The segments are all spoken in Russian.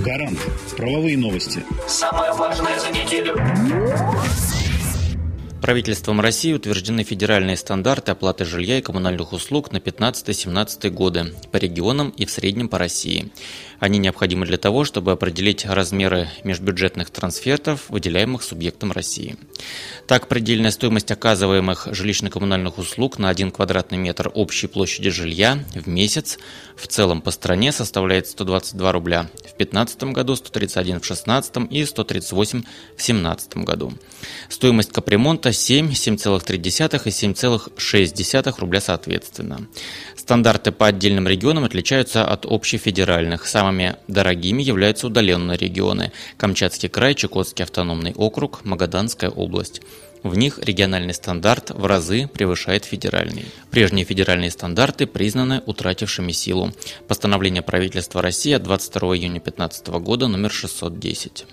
Гарант. Правовые новости. Самое важное за неделю. Правительством России утверждены федеральные стандарты оплаты жилья и коммунальных услуг на 15-17 годы по регионам и в среднем по России. Они необходимы для того, чтобы определить размеры межбюджетных трансфертов, выделяемых субъектам России. Так, предельная стоимость оказываемых жилищно-коммунальных услуг на 1 квадратный метр общей площади жилья в месяц в целом по стране составляет 122 рубля в 2015 году, 131 в 2016 и 138 в 2017 году. Стоимость капремонта 7, 7,3 и 7,6 рубля соответственно. Стандарты по отдельным регионам отличаются от общефедеральных. Самыми дорогими являются удаленные регионы – Камчатский край, Чукотский автономный округ, Магаданская область. В них региональный стандарт в разы превышает федеральный. Прежние федеральные стандарты признаны утратившими силу. Постановление правительства России от 22 июня 2015 года номер 610.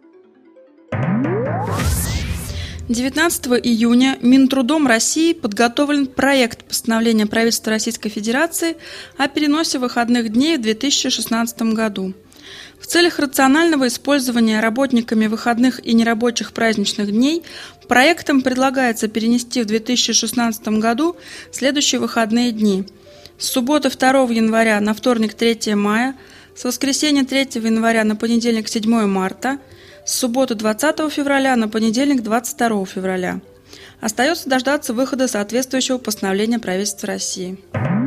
19 июня Минтрудом России подготовлен проект постановления правительства Российской Федерации о переносе выходных дней в 2016 году. В целях рационального использования работниками выходных и нерабочих праздничных дней проектом предлагается перенести в 2016 году следующие выходные дни: с субботы 2 января на вторник 3 мая, с воскресенья 3 января на понедельник 7 марта, с субботы 20 февраля на понедельник 22 февраля. Остается дождаться выхода соответствующего постановления правительства России.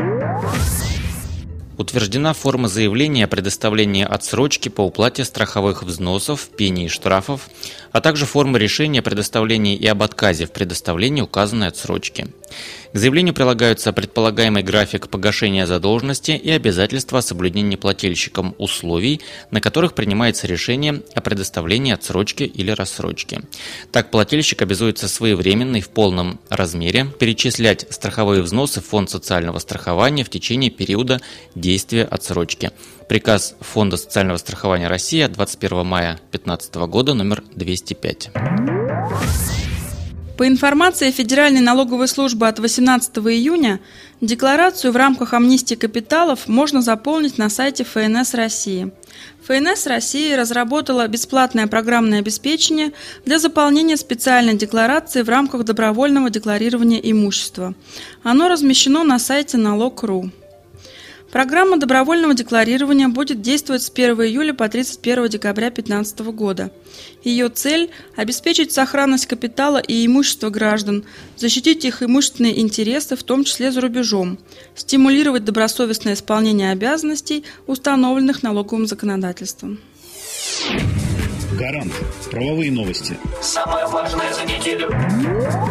Утверждена форма заявления о предоставлении отсрочки по уплате страховых взносов, пений и штрафов, а также форма решения о предоставлении и об отказе в предоставлении указанной отсрочки. К заявлению прилагаются предполагаемый график погашения задолженности и обязательства о соблюдении плательщиком условий, на которых принимается решение о предоставлении отсрочки или рассрочки. Так, плательщик обязуется своевременно и в полном размере перечислять страховые взносы в Фонд социального страхования в течение периода действия отсрочки. Приказ Фонда социального страхования России от 21 мая 2015 года номер 205. По информации Федеральной налоговой службы от 18 июня, декларацию в рамках амнистии капиталов можно заполнить на сайте ФНС России. ФНС России разработала бесплатное программное обеспечение для заполнения специальной декларации в рамках добровольного декларирования имущества. Оно размещено на сайте налог.ру. Программа добровольного декларирования будет действовать с 1 июля по 31 декабря 2015 года. Ее цель – обеспечить сохранность капитала и имущества граждан, защитить их имущественные интересы, в том числе за рубежом, стимулировать добросовестное исполнение обязанностей, установленных налоговым законодательством. Гарант. Правовые новости. Самое важное за неделю.